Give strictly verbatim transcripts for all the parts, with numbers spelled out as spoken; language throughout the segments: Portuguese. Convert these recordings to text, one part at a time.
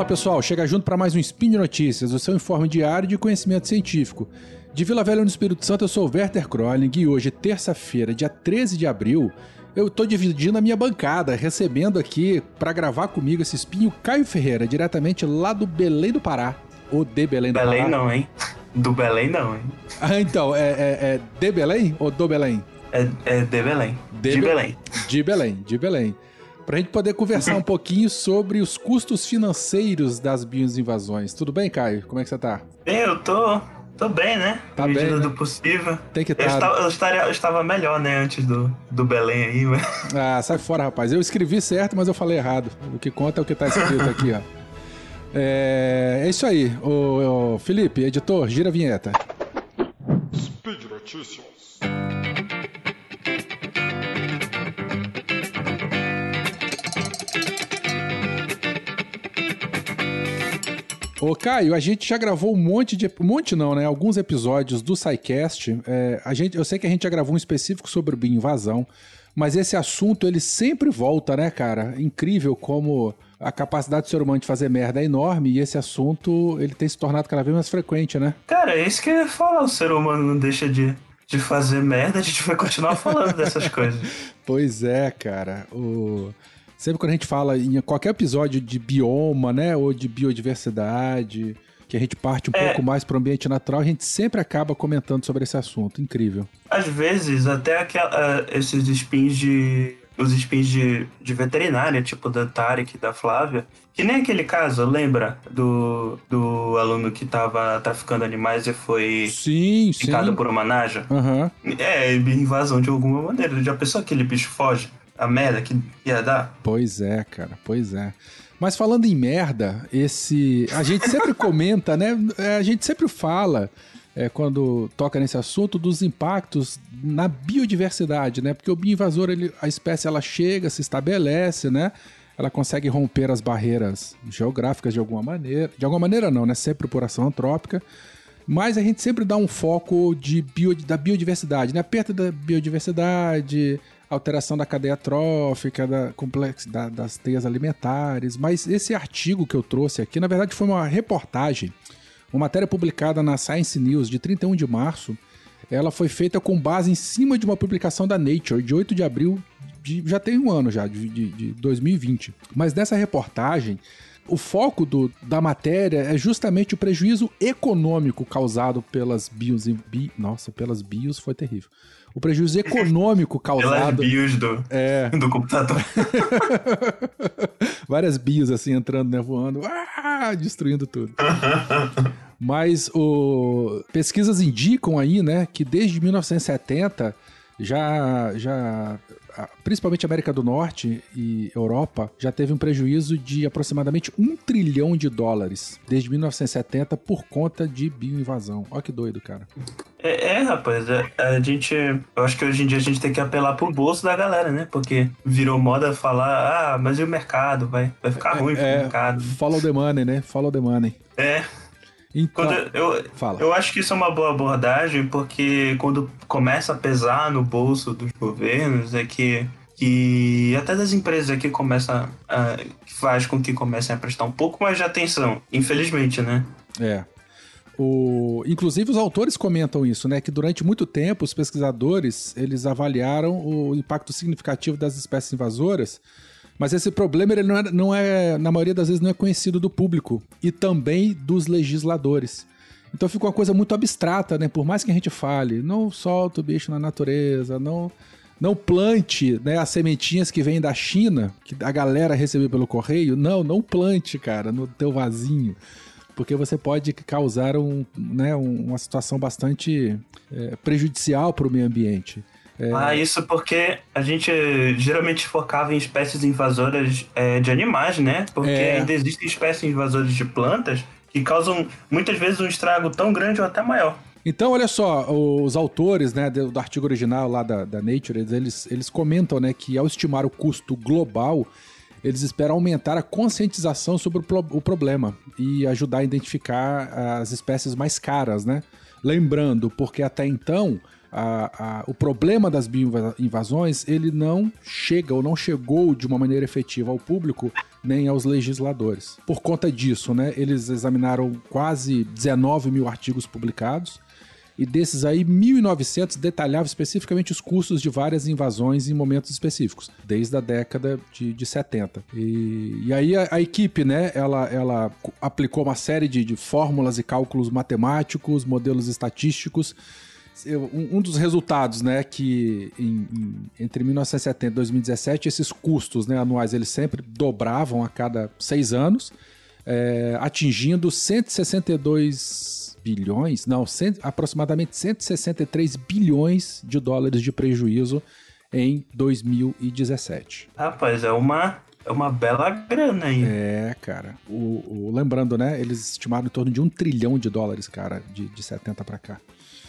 Fala pessoal, chega junto para mais um Spin de Notícias, o seu informe diário de conhecimento científico. De Vila Velha no Espírito Santo, eu sou o Werther Kroling e hoje, terça-feira, dia treze de abril, eu tô dividindo a minha bancada, recebendo aqui para gravar comigo esse Spin o Caio Ferreira, diretamente lá do Belém do Pará, ou de Belém do Belém Pará. Belém não, hein? Do Belém não, hein? Ah, então, é, é, é de Belém ou do Belém? É, é de Belém. De, de Be- Belém. De Belém, de Belém. Pra gente poder conversar um pouquinho sobre os custos financeiros das bioinvasões. Tudo bem, Caio? Como é que você tá? Bem, eu tô, tô bem, né? Tá Na medida bem, né? do possível. Tem que Eu, tá. estava, eu, estaria, eu estava melhor, né, antes do, do Belém aí, mas... Ah, sai fora, rapaz. Eu escrevi certo, mas eu falei errado. O que conta é o que tá escrito aqui, ó. É, é isso aí. Ô, ô, Felipe, editor, gira a vinheta. Speed Notícias. Ô, Caio, a gente já gravou um monte de... Um monte não, né? Alguns episódios do SciCast. É, a gente, eu sei que a gente já gravou um específico sobre bioinvasão, mas esse assunto, ele sempre volta, né, cara? Incrível como a capacidade do ser humano de fazer merda é enorme e esse assunto, ele tem se tornado cada vez mais frequente, né? Cara, é isso que eu ia falar. O ser humano não deixa de, de fazer merda, a gente vai continuar falando dessas coisas. Pois é, cara. O... Sempre quando a gente fala em qualquer episódio de bioma, né, ou de biodiversidade, que a gente parte um é. pouco mais para o ambiente natural, a gente sempre acaba comentando sobre esse assunto. Incrível. Às vezes, até aquela, uh, esses spins de... Os spins de, de veterinária, tipo da Tarek e da Flávia, que nem aquele caso, lembra? Do, do aluno que tava traficando animais e foi sim, picado sim. por uma naja. Uhum. É, invasão de alguma maneira. Já pensou aquele bicho foge? A merda que ia dar? Pois é, cara, pois é. Mas falando em merda, esse... A gente sempre comenta, né? A gente sempre fala, é, quando toca nesse assunto, dos impactos na biodiversidade, né? Porque o bioinvasor, ele, a espécie, ela chega, se estabelece, né? Ela consegue romper as barreiras geográficas de alguma maneira. De alguma maneira não, né? Sempre por ação antrópica. Mas a gente sempre dá um foco de bio, da biodiversidade, né? Perto da biodiversidade, alteração da cadeia trófica, da complexidade das teias alimentares. Mas esse artigo que eu trouxe aqui, na verdade, foi uma reportagem, uma matéria publicada na Science News de trinta e um de março. Ela foi feita com base em cima de uma publicação da Nature, de oito de abril, de, já tem um ano já, de, de, de dois mil e vinte. Mas nessa reportagem, o foco do, da matéria é justamente o prejuízo econômico causado pelas bios... Bi, nossa, pelas bios foi terrível. O prejuízo econômico causado... Pelas bios do, é. do computador. Várias bios assim entrando, né, voando, ah, destruindo tudo. Mas o... pesquisas indicam aí, né, que desde mil novecentos e setenta já... já principalmente América do Norte e Europa, já teve um prejuízo de aproximadamente um trilhão de dólares desde mil novecentos e setenta por conta de bioinvasão. Olha que doido, cara. É, é rapaz, é, a gente... Eu acho que hoje em dia a gente tem que apelar pro bolso da galera, né? Porque virou moda falar, ah, mas e o mercado? Vai, vai ficar ruim pro é, mercado. Follow the money, né? Follow the money. É. Então, quando eu, fala. eu acho que isso é uma boa abordagem, porque quando começa a pesar no bolso dos governos, é que, que até das empresas aqui começa a, que faz com que comecem a prestar um pouco mais de atenção, infelizmente, né? É. O, inclusive os autores comentam isso, né? Que durante muito tempo os pesquisadores eles avaliaram o impacto significativo das espécies invasoras. Mas esse problema, ele não é, não é, na maioria das vezes, não é conhecido do público e também dos legisladores. Então fica uma coisa muito abstrata, né? Por mais que a gente fale, não solta o bicho na natureza, não, não plante, né, as sementinhas que vêm da China, que a galera recebeu pelo correio. Não, não plante, cara, no teu vasinho. Porque você pode causar um, né, uma situação bastante é, prejudicial para o meio ambiente. É... Ah, isso porque a gente geralmente focava em espécies invasoras é, de animais, né? Porque é. ainda existem espécies invasoras de plantas que causam muitas vezes um estrago tão grande ou até maior. Então, olha só, os autores, né, do, do artigo original lá da, da Nature, eles, eles comentam, né, que ao estimar o custo global eles esperam aumentar a conscientização sobre o, pro- o problema e ajudar a identificar as espécies mais caras, né? Lembrando, porque até então, a, a, o problema das bioinvasões, ele não chega ou não chegou de uma maneira efetiva ao público nem aos legisladores. Por conta disso, né, eles examinaram quase dezenove mil artigos publicados, e desses aí, mil e novecentos detalhavam especificamente os custos de várias invasões em momentos específicos, desde a década de, de setenta. E, e aí a, a equipe, né, ela, ela aplicou uma série de, de fórmulas e cálculos matemáticos, modelos estatísticos. Um, um dos resultados, né, que em, em, entre mil novecentos e setenta e dois mil e dezessete, esses custos, né, anuais, eles sempre dobravam a cada seis anos, é, atingindo cento e sessenta e dois bilhões, não, cem, aproximadamente cento e sessenta e três bilhões de dólares de prejuízo em dois mil e dezessete. Rapaz, é uma, é uma bela grana aí. É, cara. O, o, lembrando, né, eles estimaram em torno de um trilhão de dólares, cara, de, de setenta pra cá.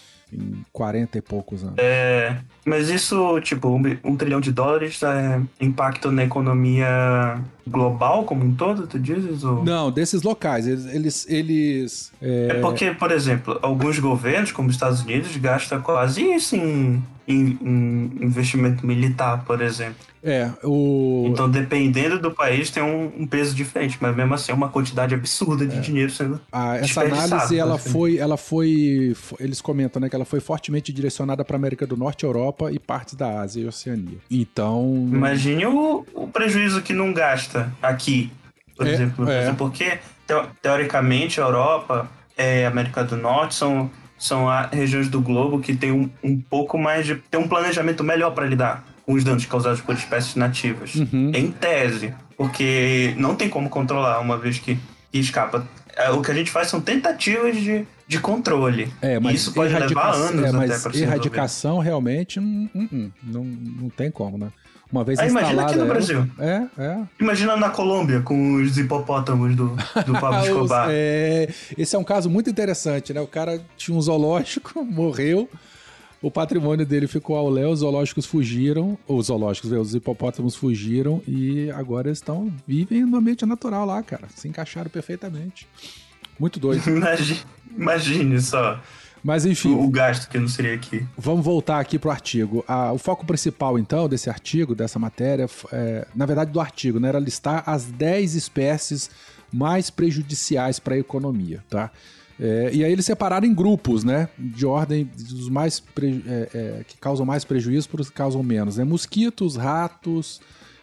Em quarenta e poucos anos. É, mas isso, tipo, um, um trilhão de dólares é impacto na economia global como um todo, tu dizes? Ou... Não, desses locais. Eles... eles, eles é... é porque, por exemplo, alguns governos, como os Estados Unidos, gastam quase isso em, em, em investimento militar, por exemplo. É, o... Então, dependendo do país, tem um, um peso diferente, mas mesmo assim é uma quantidade absurda de é. dinheiro sendo ah, essa análise, ela foi, ela foi, eles comentam, né, que ela foi fortemente direcionada para a América do Norte, Europa e partes da Ásia e Oceania. Então... Imagine o, o prejuízo que não gasta aqui, por é, exemplo, no Brasil, é. porque, teo, teoricamente, a Europa e a América do Norte são, são a, regiões do globo que tem um, um pouco mais de... tem um planejamento melhor para lidar com os danos causados por espécies nativas. Uhum. Em tese, porque não tem como controlar uma vez que, que escapa. O que a gente faz são tentativas de, de controle. É, mas e isso pode levar anos é, até mas para se erradicação realmente não, não, não, não tem como, né? Uma vez ah, instalada... Imagina aqui no ela... Brasil. É, é. Imagina na Colômbia com os hipopótamos do, do Pablo Escobar. é, esse é um caso muito interessante, né? O cara tinha um zoológico, morreu, o patrimônio dele ficou ao léu, os zoológicos fugiram, os zoológicos, os hipopótamos fugiram e agora eles estão, vivem no ambiente natural lá, cara. Se encaixaram perfeitamente. Muito doido. Imagine, imagine só. Mas enfim... O, o gasto que não seria aqui. Vamos voltar aqui pro artigo. Ah, o foco principal, então, desse artigo, dessa matéria, é, na verdade do artigo, né, era listar as dez espécies mais prejudiciais para a economia, tá? É, e aí eles separaram em grupos, né? De ordem dos mais pre... é, é, que causam mais prejuízo para os que causam menos, né? Mosquitos, ratos,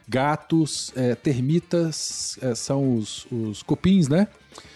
gatos, é, termitas, é, são os, os cupins, né?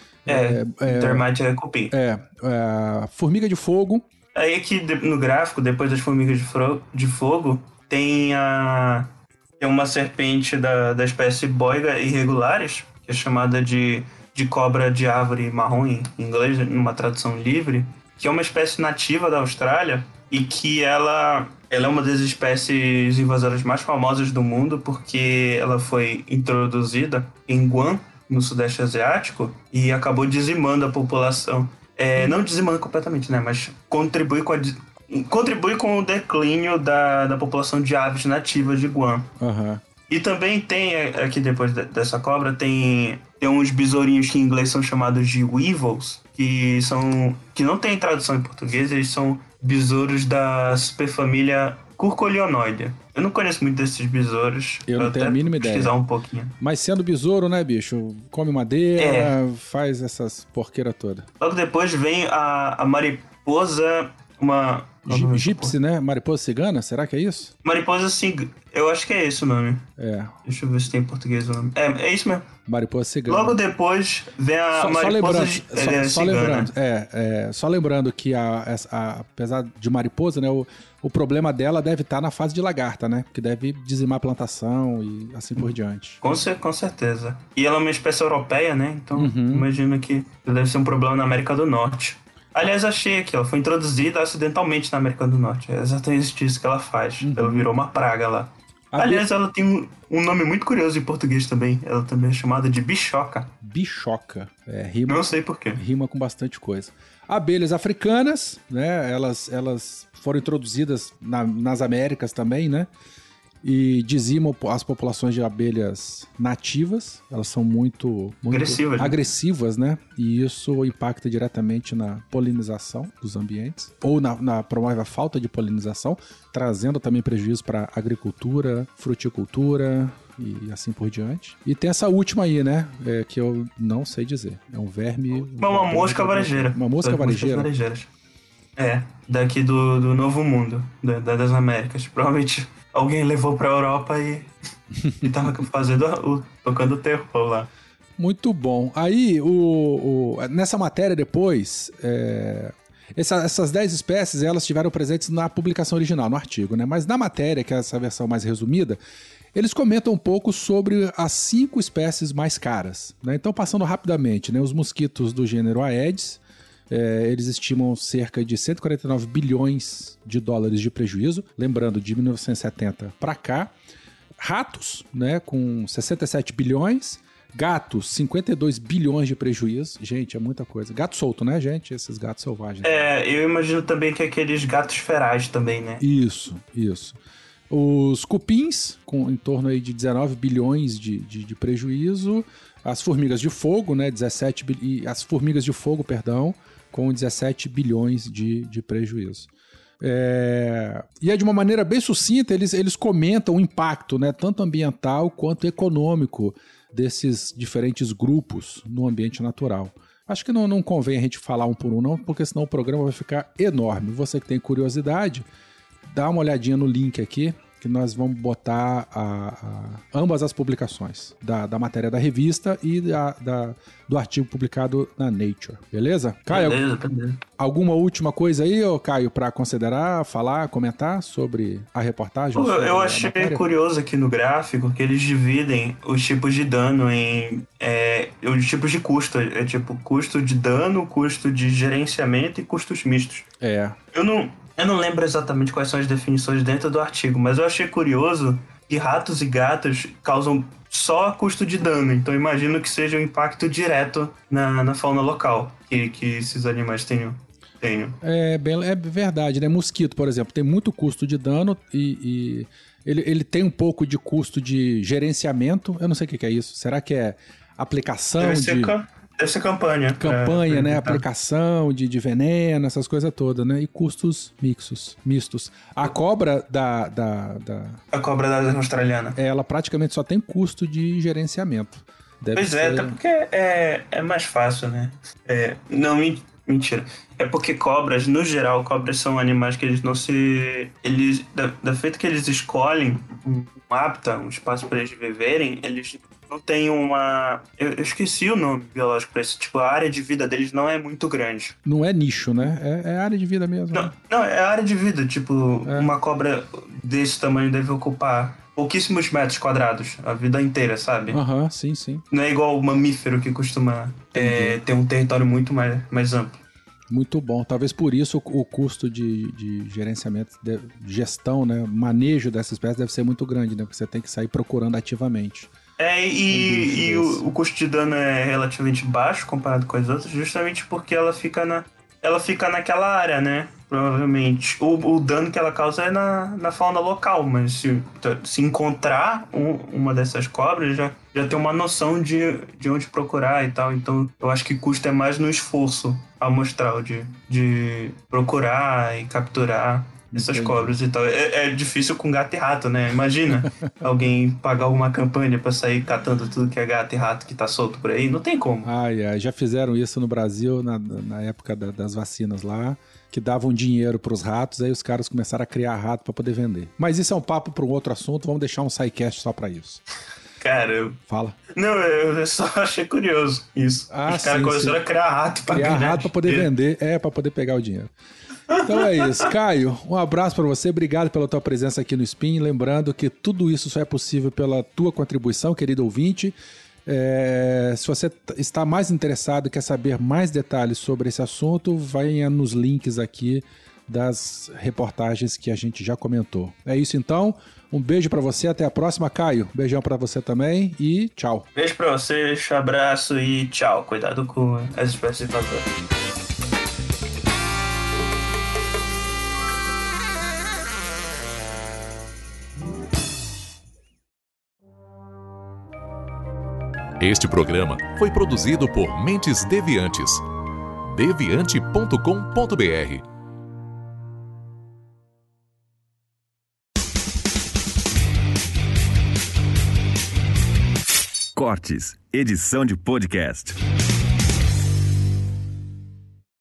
É, é termite é cupim. É, é, formiga de fogo. Aí aqui no gráfico, depois das formigas de, fro... de fogo, tem a tem uma serpente da, da espécie Boiga irregulares, que é chamada de de cobra de árvore marrom em inglês, numa tradução livre, que é uma espécie nativa da Austrália e que ela, ela é uma das espécies invasoras mais famosas do mundo porque ela foi introduzida em Guam, no Sudeste Asiático, e acabou dizimando a população. É, não dizimando completamente, né, mas contribui com, a, contribui com o declínio da, da população de aves nativas de Guam. Uhum. E também tem, aqui depois dessa cobra, tem, tem uns besourinhos que em inglês são chamados de weevils, que, são, que não tem tradução em português, eles são besouros da superfamília Curculionoidea. Eu não conheço muito desses besouros. Eu não tenho a mínima ideia. Pesquisar um pouquinho. Mas sendo besouro, né, bicho? Come madeira, é. faz essas porqueiras todas. Logo depois vem a, a mariposa... Uma... Gipsy, né? Mariposa cigana? Será que é isso? Mariposa cigana. Eu acho que é esse o nome. É. Deixa eu ver se tem em português o nome. É, é isso mesmo. Mariposa cigana. Logo depois vem a só, mariposa só lembrando, só, só lembrando, é, é, só lembrando que a, a, apesar de mariposa, né, o, o problema dela deve estar na fase de lagarta, né? Que deve dizimar a plantação e assim por diante. Com, com certeza. E ela é uma espécie europeia, né? Então, uhum. imagino que deve ser um problema na América do Norte. Aliás, achei aqui, ela foi introduzida acidentalmente na América do Norte. É exatamente isso que ela faz. Uhum. Ela virou uma praga lá. A Aliás, ela tem um, um nome muito curioso em português também. Ela também é chamada de bichoca. Bichoca. É, rima, não sei porquê. Rima com bastante coisa. Abelhas africanas, né? Elas, elas foram introduzidas na, nas Américas também, né? e dizimam as populações de abelhas nativas. Elas são muito, muito agressivas, agressivas, né? E isso impacta diretamente na polinização dos ambientes, ou na, na promove a falta de polinização, trazendo também prejuízo para agricultura, fruticultura e assim por diante. E tem essa última aí, né? É, que eu não sei dizer. É um verme... Uma, uma mosca varejeira. Uma mosca varejeira. É, daqui do, do Novo Mundo, da, das Américas. Provavelmente alguém levou pra Europa e, e tava fazendo o, tocando o terror lá. Muito bom. Aí, o, o, nessa matéria depois, é, essa, essas dez espécies, elas estiveram presentes na publicação original, no artigo, né? Mas na matéria, que é essa versão mais resumida, eles comentam um pouco sobre as cinco espécies mais caras, né? Então, passando rapidamente, né? Os mosquitos do gênero Aedes, é, eles estimam cerca de cento e quarenta e nove bilhões de dólares de prejuízo, lembrando, de mil novecentos e setenta para cá. Ratos, né? Com sessenta e sete bilhões. Gatos, cinquenta e dois bilhões de prejuízo. Gente, é muita coisa. Gato solto, né, gente? Esses gatos selvagens. É, eu imagino também que aqueles gatos ferais também, né? Isso, isso. Os cupins, com em torno aí de dezenove bilhões de, de, de prejuízo. As formigas de fogo, né, dezessete bi... as formigas de fogo, perdão, com dezessete bilhões de, de prejuízo. É... E é de uma maneira bem sucinta, eles, eles comentam o impacto, né, tanto ambiental quanto econômico desses diferentes grupos no ambiente natural. Acho que não, não convém a gente falar um por um não, porque senão o programa vai ficar enorme. Você que tem curiosidade, dá uma olhadinha no link aqui, que nós vamos botar a, a, ambas as publicações, da, da matéria da revista e da, da, do artigo publicado na Nature, beleza? Caio, beleza, beleza. Alguma última coisa aí, ô Caio, para considerar, falar, comentar sobre a reportagem? Pô, eu a achei matéria? curioso aqui no gráfico que eles dividem os tipos de dano em é, os tipos de custo. É tipo custo de dano, custo de gerenciamento e custos mistos. É. Eu não... Eu não lembro exatamente quais são as definições dentro do artigo, mas eu achei curioso que ratos e gatos causam só custo de dano. Então eu imagino que seja um impacto direto na, na fauna local que, que esses animais tenham. tenham. É, bem, é verdade, né? Mosquito, por exemplo, tem muito custo de dano e, e ele, ele tem um pouco de custo de gerenciamento. Eu não sei o que, que é isso. Será que é aplicação Deve de... ser cam... Deve ser campanha. Campanha, é, né? Aplicação de, de veneno, essas coisas todas, né? E custos mixtos, mistos. A cobra da, da, da... A cobra da australiana. Ela praticamente só tem custo de gerenciamento. Deve pois ser... é, até porque é, é mais fácil, né? É, não, mentira. É porque cobras, no geral, cobras são animais que eles não se... Eles, da, da feito que eles escolhem um hábitat, um espaço para eles viverem, eles... não tem uma... Eu, eu esqueci o nome biológico pra isso. Tipo, a área de vida deles não é muito grande. Não é nicho, né? É, é área de vida mesmo. Não, né? não, é área de vida. Tipo, é. Uma cobra desse tamanho deve ocupar pouquíssimos metros quadrados a vida inteira, sabe? Aham, uhum, sim, sim. Não é igual o mamífero que costuma é, ter um território muito mais, mais amplo. Muito bom. Talvez por isso o, o custo de, de gerenciamento, de gestão, né? Manejo dessa espécie deve ser muito grande, né? Porque você tem que sair procurando ativamente. É, e, e o, o custo de dano é relativamente baixo comparado com as outras, justamente porque ela fica, na, ela fica naquela área, né? Provavelmente. O, o dano que ela causa é na, na fauna local, mas se, se encontrar um, uma dessas cobras, já, já tem uma noção de, de onde procurar e tal. Então, eu acho que custa é mais no esforço amostral de, de procurar e capturar essas Entendi. Cobras e tal. É, é difícil com gato e rato, né? Imagina alguém pagar uma campanha pra sair catando tudo que é gato e rato que tá solto por aí. Não tem como. Ai, ai, já fizeram isso no Brasil na, na época da, das vacinas lá, que davam dinheiro pros ratos, aí os caras começaram a criar rato pra poder vender. Mas isso é um papo pra um outro assunto, vamos deixar um sidecast só pra isso. Cara, eu... Fala. Não, eu só achei curioso isso. Ah, os caras começaram sim. a criar rato pra criar ganhar rato pra poder dinheiro. vender, é, pra poder pegar o dinheiro. Então é isso. Caio, um abraço para você, obrigado pela tua presença aqui no Spin, lembrando que tudo isso só é possível pela tua contribuição, querido ouvinte. É, se você está mais interessado e quer saber mais detalhes sobre esse assunto, venha nos links aqui das reportagens que a gente já comentou. É isso então, um beijo para você, até a próxima, Caio. Beijão para você também e tchau. Beijo para vocês, abraço e tchau. Cuidado com as espécies invasoras. Este programa foi produzido por Mentes Deviantes. deviante ponto com ponto b r. Cortes, edição de podcast.